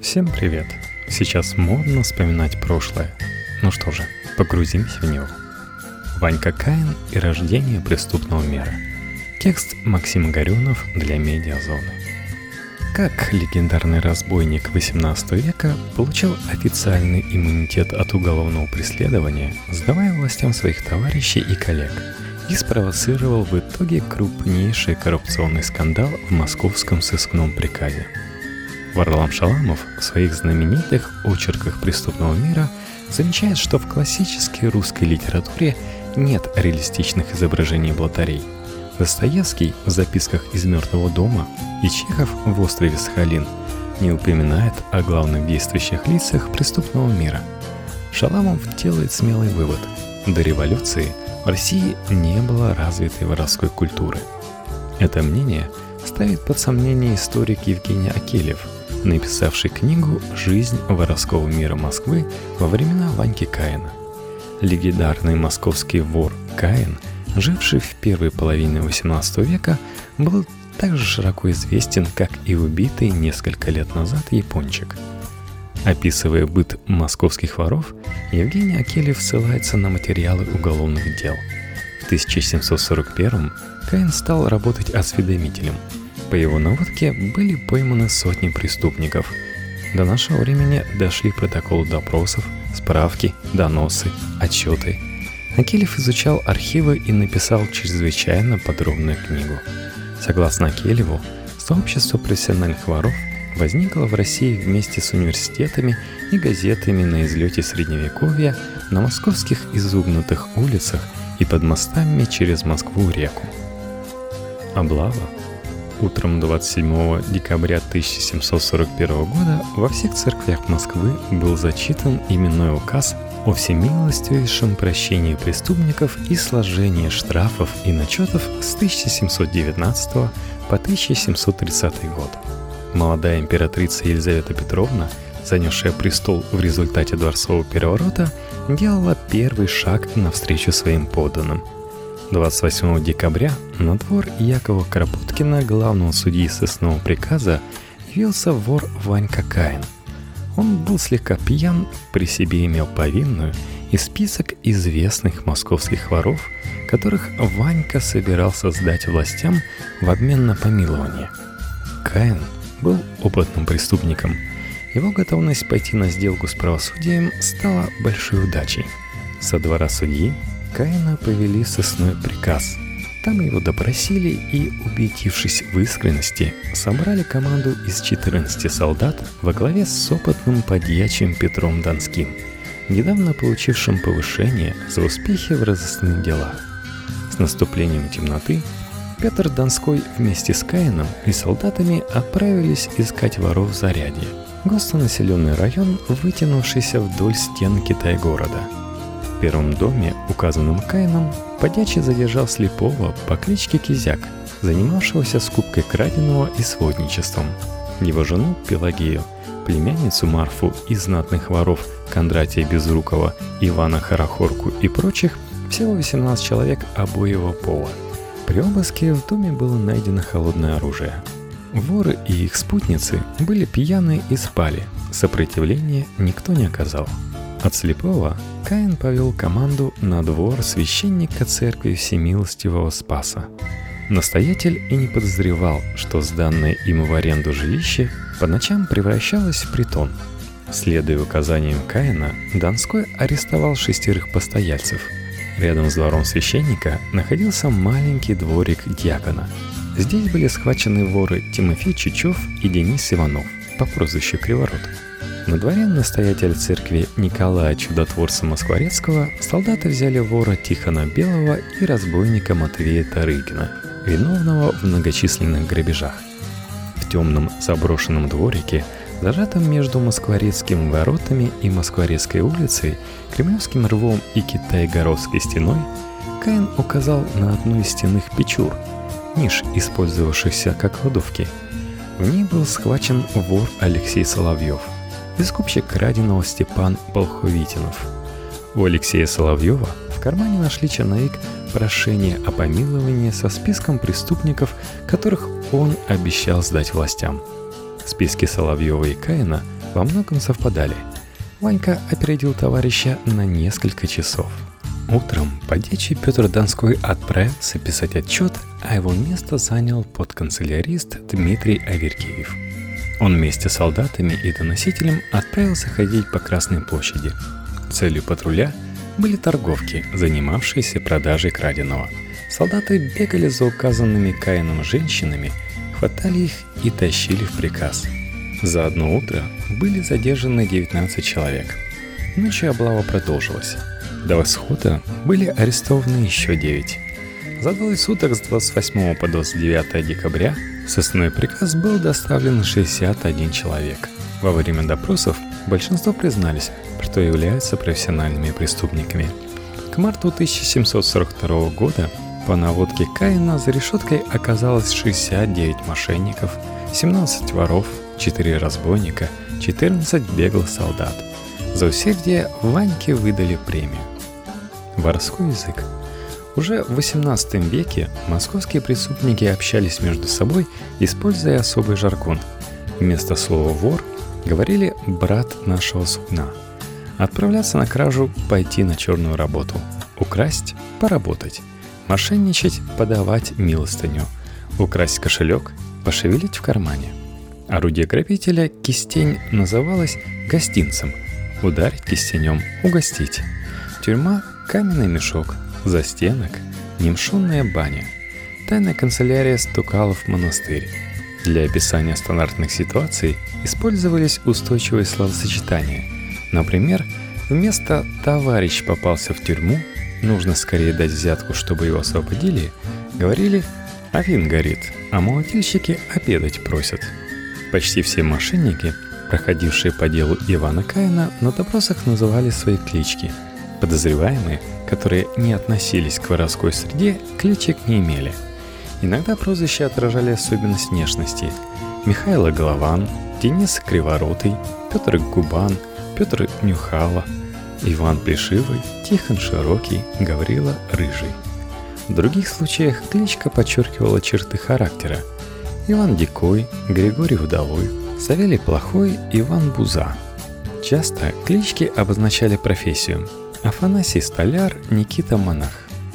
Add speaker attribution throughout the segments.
Speaker 1: Всем привет! Сейчас модно вспоминать прошлое. Ну что же, погрузимся в него. Ванька Каин и рождение преступного мира. Текст Максим Горюнов для Медиазоны. Как легендарный разбойник XVIII века получил официальный иммунитет от уголовного преследования, сдавая властям своих товарищей и коллег, и спровоцировал в итоге крупнейший коррупционный скандал в московском сыскном приказе. Варлам Шаламов в своих знаменитых очерках преступного мира замечает, что в классической русской литературе нет реалистичных изображений блатарей. Достоевский в записках из «Мертвого дома» и Чехов в «Острове Сахалин» не упоминает о главных действующих лицах преступного мира. Шаламов делает смелый вывод: до революции в России не было развитой воровской культуры. Это мнение ставит под сомнение историк Евгений Акелев, написавший книгу «Жизнь воровского мира Москвы во времена Ваньки Каина». Легендарный московский вор Каин, живший в первой половине XVIII века, был также широко известен, как и убитый несколько лет назад япончик. Описывая быт московских воров, Евгений Акелев ссылается на материалы уголовных дел. В 1741 Каин стал работать осведомителем. По его наводке были пойманы сотни преступников. До нашего времени дошли протоколы допросов, справки, доносы, отчеты. Акелев изучал архивы и написал чрезвычайно подробную книгу. Согласно Акелеву, сообщество профессиональных воров возникло в России вместе с университетами и газетами на излете Средневековья на московских изогнутых улицах и под мостами через Москву-реку. Облава. Утром 27 декабря 1741 года во всех церквях Москвы был зачитан именной указ о всемилостивейшем прощении преступников и сложении штрафов и начетов с 1719 по 1730 год. Молодая императрица Елизавета Петровна, занесшая престол в результате дворцового переворота, делала первый шаг навстречу своим подданным. 28 декабря на двор Якова Кропоткина, главного судьи сыскного приказа, явился вор Ванька Каин. Он был слегка пьян, при себе имел повинную и список известных московских воров, которых Ванька собирался сдать властям в обмен на помилование. Каин был опытным преступником. Его готовность пойти на сделку с правосудием стала большой удачей. Со двора судьи Каина повели в сыскной приказ. Там его допросили и, убедившись в искренности, собрали команду из 14 солдат во главе с опытным подьячим Петром Донским, недавно получившим повышение за успехи в розыскных делах. С наступлением темноты Петр Донской вместе с Каином и солдатами отправились искать воров в Зарядье, густонаселенный район, вытянувшийся вдоль стен Китай-города. В первом доме, указанном Каином, подьячий задержал слепого по кличке Кизяк, занимавшегося скупкой краденого и сводничеством. Его жену Пелагею, племянницу Марфу и знатных воров Кондратия Безрукова, Ивана Хорохорку и прочих, всего 18 человек обоего пола. При обыске в доме было найдено холодное оружие. Воры и их спутницы были пьяны и спали, сопротивления никто не оказал. От слепого Каин повел команду на двор священника церкви Всемилостивого Спаса. Настоятель и не подозревал, что сданное им в аренду жилище по ночам превращалось в притон. Следуя указаниям Каина, Донской арестовал 6 постояльцев. Рядом с двором священника находился маленький дворик дьякона. Здесь были схвачены воры Тимофей Чичев и Денис Иванов по прозвищу Криворот. На дворе настоятеля церкви Николая Чудотворца Москворецкого солдаты взяли вора Тихона Белого и разбойника Матвея Тарыгина, виновного в многочисленных грабежах. В темном заброшенном дворике, зажатом между Москворецкими воротами и Москворецкой улицей, Кремлевским рвом и Китай-городской стеной, Каин указал на одну из стенных печур, ниш, использовавшихся как кладовки. В ней был схвачен вор Алексей Соловьев и скупщик краденого Степан Болховитинов. У Алексея Соловьева в кармане нашли черновик прошения о помиловании со списком преступников, которых он обещал сдать властям. Списки Соловьева и Каина во многом совпадали. Ванька опередил товарища на несколько часов. Утром подьячий Петр Донской отправился писать отчет, а его место занял подканцелярист Дмитрий Аверкиев. Он вместе с солдатами и доносителем отправился ходить по Красной площади. Целью патруля были торговки, занимавшиеся продажей краденого. Солдаты бегали за указанными Каином женщинами, хватали их и тащили в приказ. За одно утро были задержаны 19 человек. Ночью облава продолжилась. До восхода были арестованы еще 9. За двое суток с 28 по 29 декабря в сыскной приказ был доставлен 61 человек. Во время допросов большинство признались, что являются профессиональными преступниками. К марту 1742 года по наводке Каина за решеткой оказалось 69 мошенников, 17 воров, 4 разбойника, 14 беглых солдат. За усердие Ваньке выдали премию. Воровской язык. Уже в XVIII веке московские преступники общались между собой, используя особый жаргон. Вместо слова «вор» говорили «брат нашего сукна». Отправляться на кражу – пойти на черную работу. Украсть – поработать. Мошенничать – подавать милостыню. Украсть кошелек – пошевелить в кармане. Орудие грабителя – кистень называлось гостинцем. Ударить кистенем – угостить. Тюрьма – каменный мешок. Застенок – немшонная баня. Тайная канцелярия стукала в монастырь. Для описания стандартных ситуаций использовались устойчивые словосочетания. Например, вместо «товарищ попался в тюрьму», нужно скорее дать взятку, чтобы его освободили, говорили «Афин горит, а молотильщики обедать просят». Почти все мошенники, проходившие по делу Ивана Каина, на допросах называли свои клички. Подозреваемые, которые не относились к воровской среде, кличек не имели. Иногда прозвища отражали особенность внешности. Михаил Голован, Денис Криворотый, Петр Губан, Петр Нюхало, Иван Плешивый, Тихон Широкий, Гаврила Рыжий. В других случаях кличка подчеркивала черты характера. Иван Дикой, Григорий Удалой, Савелий Плохой, Иван Буза. Часто клички обозначали профессию. Афанасий Столяр, Никита Монах.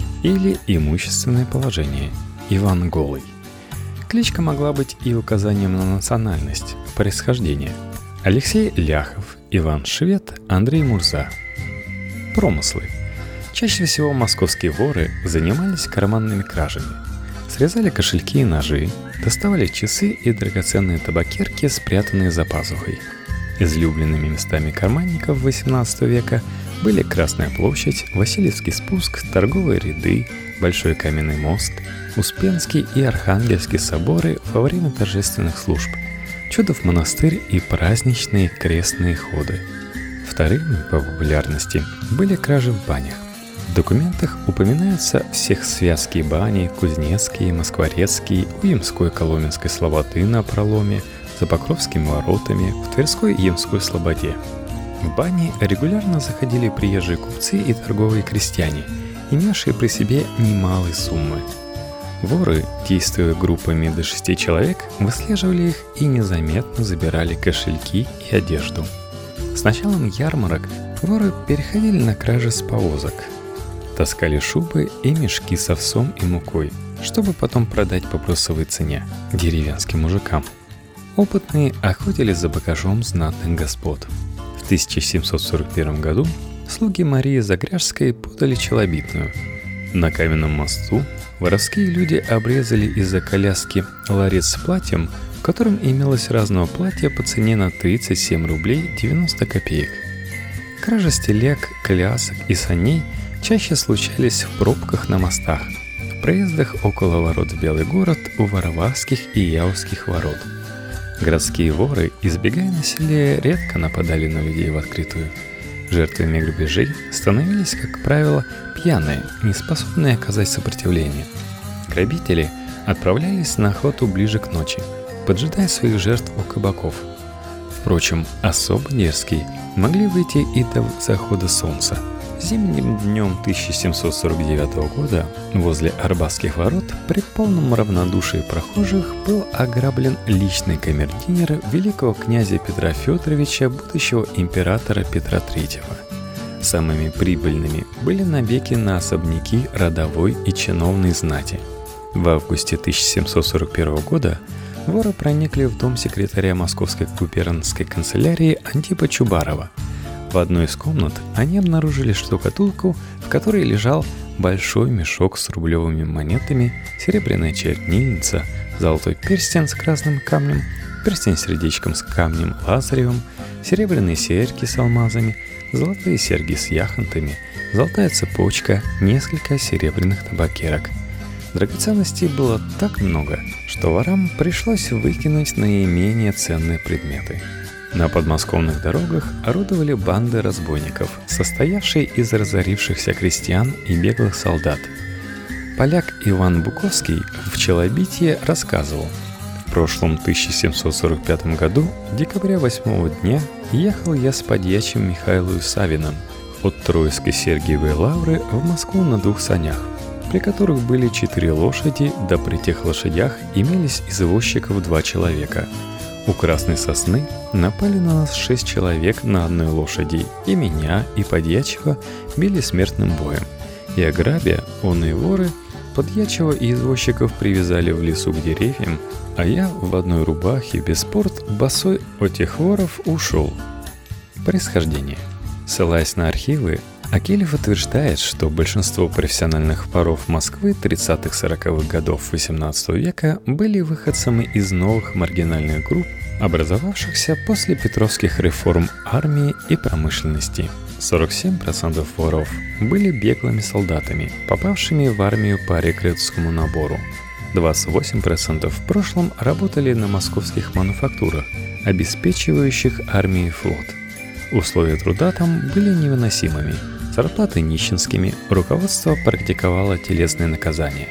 Speaker 1: Или имущественное положение. Иван Голый. Кличка могла быть и указанием на национальность, происхождение. Алексей Ляхов, Иван Швед, Андрей Мурза. Промыслы. Чаще всего московские воры занимались карманными кражами. Срезали кошельки и ножи, доставали часы и драгоценные табакерки, спрятанные за пазухой. Излюбленными местами карманников XVIII века были Красная площадь, Васильевский спуск, торговые ряды, Большой каменный мост, Успенский и Архангельский соборы во время торжественных служб, Чудов монастырь и праздничные крестные ходы. Вторыми по популярности были кражи в банях. В документах упоминаются Всехсвязские бани, Кузнецкие, Москворецкие, у Ямской Коломенской слободы на проломе, за Покровскими воротами, в Тверской и Ямской слободе. В бани регулярно заходили приезжие купцы и торговые крестьяне, имевшие при себе немалые суммы. Воры, действуя группами до 6 человек, выслеживали их и незаметно забирали кошельки и одежду. С началом ярмарок воры переходили на кражи с повозок. Таскали шубы и мешки с овсом и мукой, чтобы потом продать по бросовой цене деревенским мужикам. Опытные охотились за багажом знатных господ. В 1741 году слуги Марии Загряжской подали челобитную. На каменном мосту воровские люди обрезали из-за коляски ларец с платьем, в котором имелось разного платья по цене на 37 рублей 90 копеек. Кражи с телег, колясок и саней чаще случались в пробках на мостах, в проездах около ворот в Белый город, у Варварских и Яузских ворот. Городские воры, избегая насилия, редко нападали на людей в открытую. Жертвами грабежей становились, как правило, пьяные, неспособные оказать сопротивление. Грабители отправлялись на охоту ближе к ночи, поджидая своих жертв у кабаков. Впрочем, особо дерзкие могли выйти и до захода солнца. Зимним днем 1749 года возле Арбатских ворот при полном равнодушии прохожих был ограблен личный камердинер великого князя Петра Федоровича, будущего императора Петра III. Самыми прибыльными были набеги на особняки родовой и чиновной знати. В августе 1741 года воры проникли в дом секретаря Московской губернской канцелярии Антипа Чубарова. В одной из комнат они обнаружили штукатулку, в которой лежал большой мешок с рублевыми монетами, серебряная чернильница, золотой перстень с красным камнем, перстень с сердечком с камнем лазаревым, серебряные серьги с алмазами, золотые серьги с яхонтами, золотая цепочка, несколько серебряных табакерок. Драгоценностей было так много, что ворам пришлось выкинуть наименее ценные предметы. На подмосковных дорогах орудовали банды разбойников, состоявшие из разорившихся крестьян и беглых солдат. Поляк Иван Буковский в «Челобитии» рассказывал: «В прошлом 1745 году, декабря 8 дня, ехал я с подьячим Михаилом Савиным от Троицкой Сергиевой Лавры в Москву на 2 санях, при которых были 4 лошади, да при тех лошадях имелись извозчиков 2 человека. У Красной Сосны напали на нас 6 человек на одной лошади, и меня, и подьячего били смертным боем. И ограбя, оные воры, подьячего и извозчиков привязали в лесу к деревьям, а я в одной рубахе без порт босой от тех воров ушел». Происхождение. Ссылаясь на архивы, Акелев утверждает, что большинство профессиональных воров Москвы 30-40-х годов XVIII века были выходцами из новых маргинальных групп, образовавшихся после петровских реформ армии и промышленности. 47% воров были беглыми солдатами, попавшими в армию по рекрутскому набору. 28% в прошлом работали на московских мануфактурах, обеспечивающих армию и флот. Условия труда там были невыносимыми, зарплаты нищенскими, руководство практиковало телесные наказания.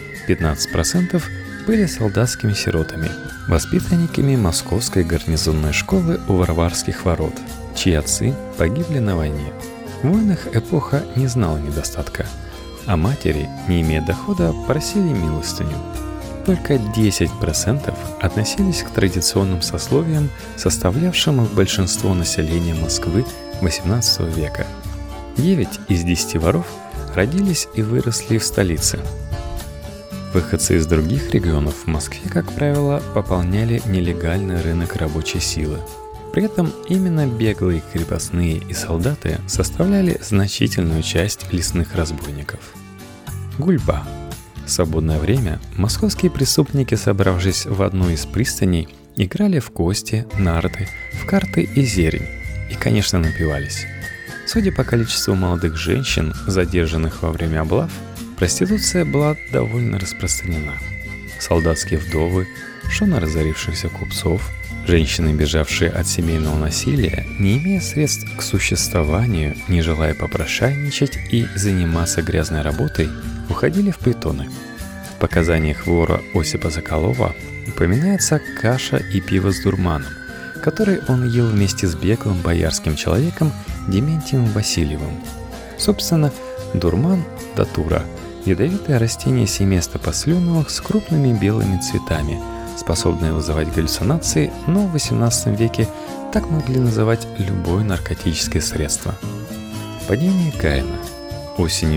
Speaker 1: 15% были солдатскими сиротами, воспитанниками Московской гарнизонной школы у Варварских ворот, чьи отцы погибли на войне. В войнах эпоха не знала недостатка, а матери, не имея дохода, просили милостыню. Только 10% относились к традиционным сословиям, составлявшим большинство населения Москвы XVIII века. 9 из 10 воров родились и выросли в столице. Выходцы из других регионов в Москве, как правило, пополняли нелегальный рынок рабочей силы. При этом именно беглые крепостные и солдаты составляли значительную часть лесных разбойников. Гульба. В свободное время московские преступники, собравшись в одной из пристаней, играли в кости, нарты, в карты и зерень, и, конечно, напивались. Судя по количеству молодых женщин, задержанных во время облав, проституция была довольно распространена. Солдатские вдовы, жены разорившихся купцов, женщины, бежавшие от семейного насилия, не имея средств к существованию, не желая попрошайничать и заниматься грязной работой, уходили в притоны. В показаниях вора Осипа Соколова упоминается каша и пиво с дурманом, который он ел вместе с беглым боярским человеком Дементием Васильевым. Собственно, дурман – датура – ядовитое растение семейства посленовых с крупными белыми цветами, способное вызывать галлюцинации, но в XVIII веке так могли называть любое наркотическое средство. Падение Каина. Осенью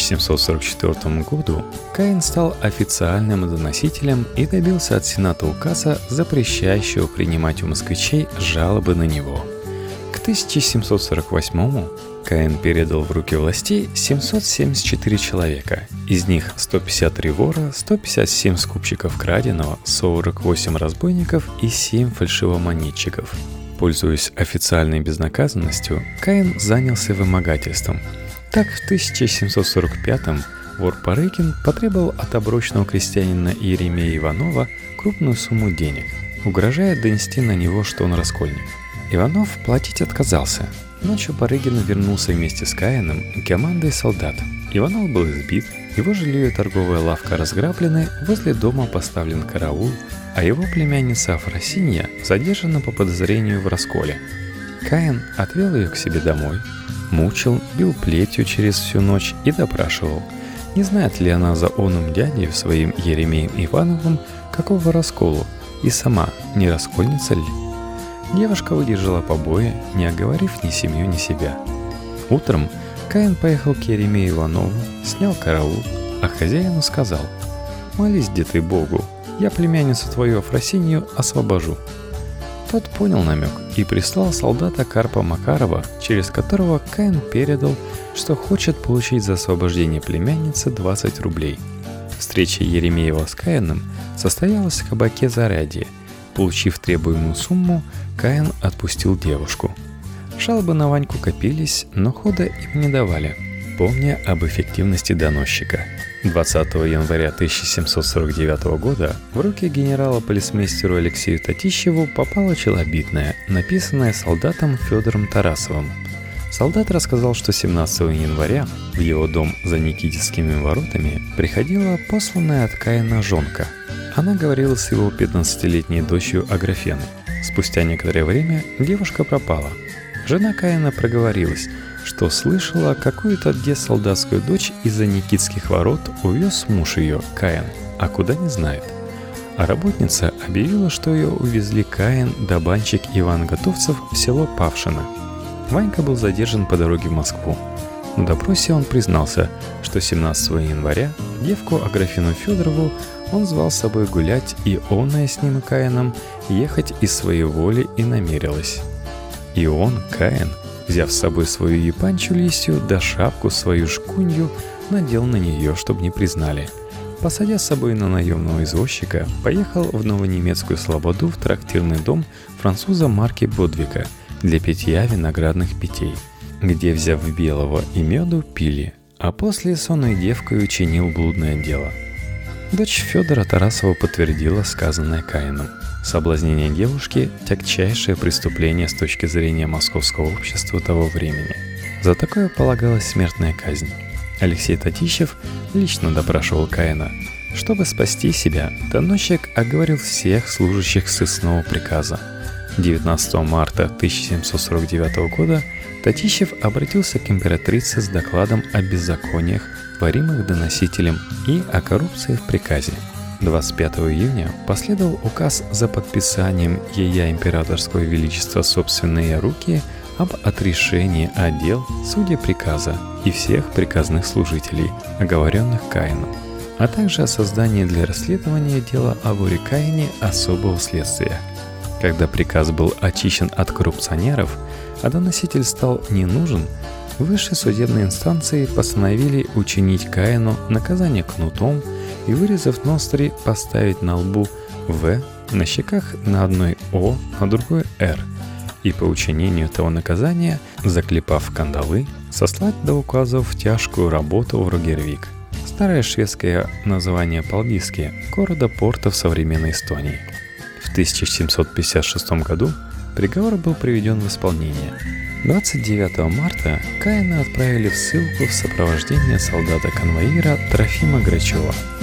Speaker 1: 1744 году Каин стал официальным доносителем и добился от Сената указа, запрещающего принимать у москвичей жалобы на него. К 1748-му Каин передал в руки властей 774 человека, из них 153 вора, 157 скупщиков краденого, 48 разбойников и 7 фальшивомонетчиков. Пользуясь официальной безнаказанностью, Каин занялся вымогательством. Так, в 1745-м вор Парыкин потребовал от оброчного крестьянина Иеремея Иванова крупную сумму денег, угрожая донести на него, что он раскольник. Иванов платить отказался. Ночью Парыгин вернулся вместе с Каином и командой солдат. Иванов был избит, его жилье и торговая лавка разграблены, возле дома поставлен караул, а его племянница Афросинья задержана по подозрению в расколе. Каин отвел ее к себе домой, мучил, бил плетью через всю ночь и допрашивал, не знает ли она за оным дядей своим Еремеем Ивановым какого расколу, и сама не раскольница ли? Девушка выдержала побои, не оговорив ни семью, ни себя. Утром Каин поехал к Еремею Иванову, снял караул, а хозяину сказал: «Молись, где ты Богу, я племянницу твою Афросинью освобожу». Тот понял намек и прислал солдата Карпа Макарова, через которого Каин передал, что хочет получить за освобождение племянницы 20 рублей. Встреча Еремеева с Каином состоялась в кабаке «Зарядье». Получив требуемую сумму, Каин отпустил девушку. Жалобы на Ваньку копились, но хода им не давали, помня об эффективности доносчика. 20 января 1749 года в руки генерала-полицмейстеру Алексею Татищеву попало челобитное, написанное солдатом Федором Тарасовым. Солдат рассказал, что 17 января в его дом за Никитскими воротами приходила посланная от Каина жонка. Она говорила с его 15-летней дочерью Аграфеной. Спустя некоторое время девушка пропала. Жена Каина проговорилась, что слышала, какую-то где солдатскую дочь из-за Никитских ворот увез муж ее, Каин, а куда не знает. А работница объявила, что ее увезли Каин да банщик Иван Готовцев в село Павшино. Ванька был задержан по дороге в Москву. На допросе он признался, что 17 января девку Аграфену Федорову он звал с собой гулять, и оная с ним и Каином ехать из своей воли и намерилась. И он, Каин, взяв с собой свою япанчу листью да шапку свою шкунью, надел на нее, чтобы не признали. Посадя с собой на наемного извозчика, поехал в Новонемецкую Слободу в трактирный дом француза Марки Бодвика для питья виноградных питей, где, взяв белого и меду, пили, а после сонной девкой учинил блудное дело. Дочь Федора Тарасова подтвердила сказанное Каином. Соблазнение девушки – тягчайшее преступление с точки зрения московского общества того времени. За такое полагалась смертная казнь. Алексей Татищев лично допрашивал Каина. Чтобы спасти себя, доносчик оговорил всех служащих сыскного приказа. 19 марта 1749 года Татищев обратился к императрице с докладом о беззакониях, творимых доносителем, и о коррупции в приказе. 25 июня последовал указ за подписанием ея императорского величества собственные руки об отрешении отдел судей приказа и всех приказных служителей, оговоренных Каином, а также о создании для расследования дела о воре Каине особого следствия. Когда приказ был очищен от коррупционеров, а доноситель стал не нужен, высшие судебные инстанции постановили учинить Каину наказание кнутом и, вырезав ноздри, поставить на лбу «В», на щеках на одной «О», на другой «Р», и по учинению того наказания, заклепав кандалы, сослать до указов в тяжкую работу в Рогервик, старое шведское название Палдиски, города-порта в современной Эстонии. В 1756 году приговор был приведен в исполнение. 29 марта Каина отправили в ссылку в сопровождении солдата-конвоира Трофима Грачева.